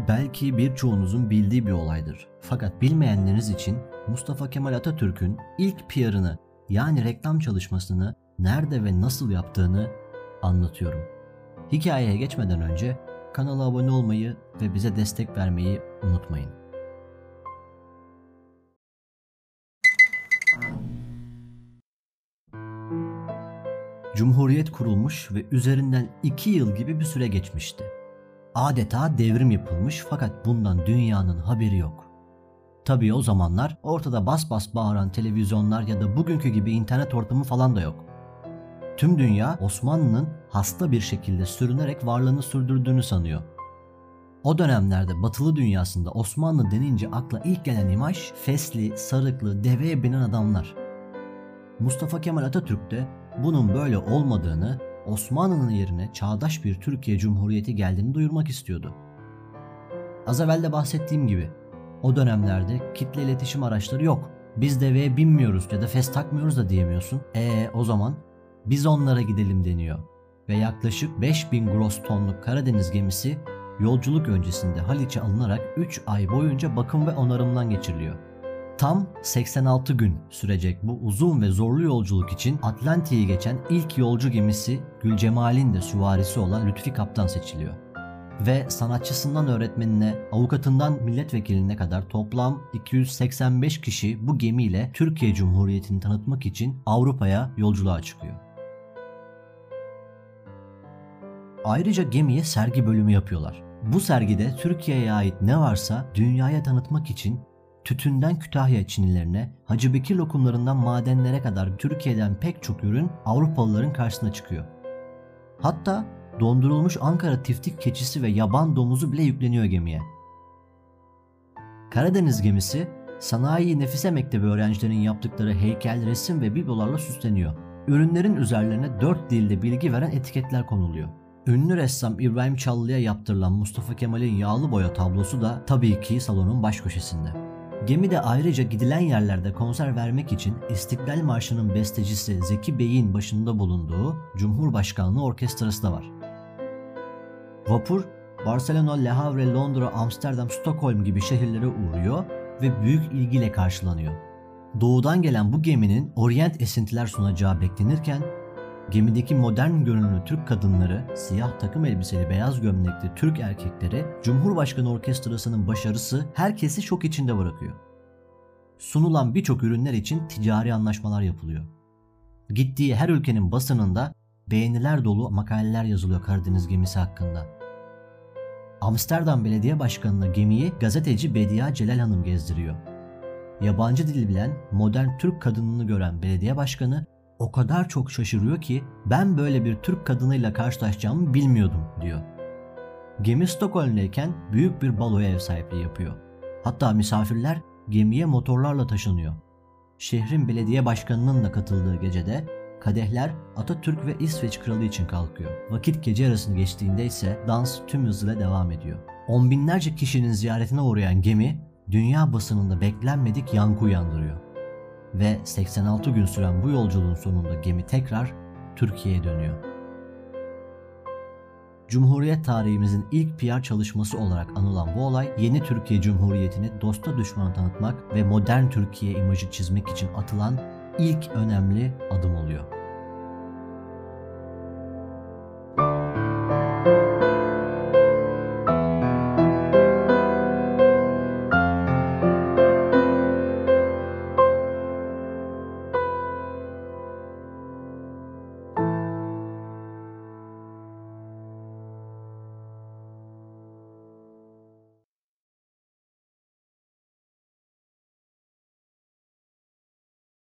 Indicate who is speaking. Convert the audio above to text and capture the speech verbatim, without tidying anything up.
Speaker 1: belki birçoğunuzun bildiği bir olaydır. Fakat bilmeyenleriniz için Mustafa Kemal Atatürk'ün ilk P R'ını yani reklam çalışmasını nerede ve nasıl yaptığını anlatıyorum. Hikayeye geçmeden önce kanala abone olmayı ve bize destek vermeyi unutmayın. Cumhuriyet kurulmuş ve üzerinden iki yıl gibi bir süre geçmişti. Adeta devrim yapılmış fakat bundan dünyanın haberi yok. Tabii o zamanlar ortada bas bas bağıran televizyonlar ya da bugünkü gibi internet ortamı falan da yok. Tüm dünya Osmanlı'nın hasta bir şekilde sürünerek varlığını sürdürdüğünü sanıyor. O dönemlerde Batılı dünyasında Osmanlı denince akla ilk gelen imaj fesli, sarıklı, deveye binen adamlar. Mustafa Kemal Atatürk de bunun böyle olmadığını, Osmanlı'nın yerine çağdaş bir Türkiye Cumhuriyeti geldiğini duyurmak istiyordu. Az evvel de bahsettiğim gibi o dönemlerde kitle iletişim araçları yok. Biz deveye binmiyoruz ya da fes takmıyoruz da diyemiyorsun. Eee o zaman biz onlara gidelim deniyor. Ve yaklaşık beş bin gross tonluk Karadeniz gemisi yolculuk öncesinde Haliç'e alınarak üç ay boyunca bakım ve onarımdan geçiriliyor. Tam seksen altı gün sürecek bu uzun ve zorlu yolculuk için Atlantik'i geçen ilk yolcu gemisi Gülcemal'in de süvarisi olan Lütfi Kaptan seçiliyor. Ve sanatçısından öğretmenine, avukatından milletvekiline kadar toplam iki yüz seksen beş kişi bu gemiyle Türkiye Cumhuriyeti'ni tanıtmak için Avrupa'ya yolculuğa çıkıyor. Ayrıca gemiye sergi bölümü yapıyorlar. Bu sergide Türkiye'ye ait ne varsa dünyaya tanıtmak için tütünden Kütahya çinilerine, Hacı Bekir lokumlarından madenlere kadar Türkiye'den pek çok ürün Avrupalıların karşısına çıkıyor. Hatta dondurulmuş Ankara tiftik keçisi ve yaban domuzu bile yükleniyor gemiye. Karadeniz gemisi, Sanayi Nefise Mektebi öğrencilerinin yaptıkları heykel, resim ve biblolarla süsleniyor. Ürünlerin üzerlerine dört dilde bilgi veren etiketler konuluyor. Ünlü ressam İbrahim Çallı'ya yaptırılan Mustafa Kemal'in yağlı boya tablosu da tabii ki salonun baş köşesinde. Gemide ayrıca gidilen yerlerde konser vermek için İstiklal Marşı'nın bestecisi Zeki Bey'in başında bulunduğu Cumhurbaşkanlığı Orkestrası da var. Vapur, Barcelona, Le Havre, Londra, Amsterdam, Stockholm gibi şehirlere uğruyor ve büyük ilgiyle karşılanıyor. Doğudan gelen bu geminin Orient esintiler sunacağı beklenirken, gemideki modern görünümlü Türk kadınları, siyah takım elbiseli beyaz gömlekli Türk erkekleri, Cumhurbaşkanı Orkestrası'nın başarısı herkesi şok içinde bırakıyor. Sunulan birçok ürünler için ticari anlaşmalar yapılıyor. Gittiği her ülkenin basınında beğeniler dolu makaleler yazılıyor Karadeniz gemisi hakkında. Amsterdam Belediye Başkanı'na gemiyi gazeteci Bediye Celal Hanım gezdiriyor. Yabancı dil bilen modern Türk kadınını gören belediye başkanı o kadar çok şaşırıyor ki ben böyle bir Türk kadınıyla karşılaşacağımı bilmiyordum diyor. Gemi Stockholm'deyken büyük bir baloya ev sahipliği yapıyor. Hatta misafirler gemiye motorlarla taşınıyor. Şehrin belediye başkanının da katıldığı gecede kadehler Atatürk ve İsveç kralı için kalkıyor. Vakit gece yarısını geçtiğinde ise dans tüm hızıyla devam ediyor. On binlerce kişinin ziyaretine uğrayan gemi dünya basınında beklenmedik yankı uyandırıyor. Ve seksen altı gün süren bu yolculuğun sonunda gemi tekrar Türkiye'ye dönüyor. Cumhuriyet tarihimizin ilk P R çalışması olarak anılan bu olay, yeni Türkiye Cumhuriyeti'ni dosta düşmana tanıtmak ve modern Türkiye imajı çizmek için atılan ilk önemli adım oluyor.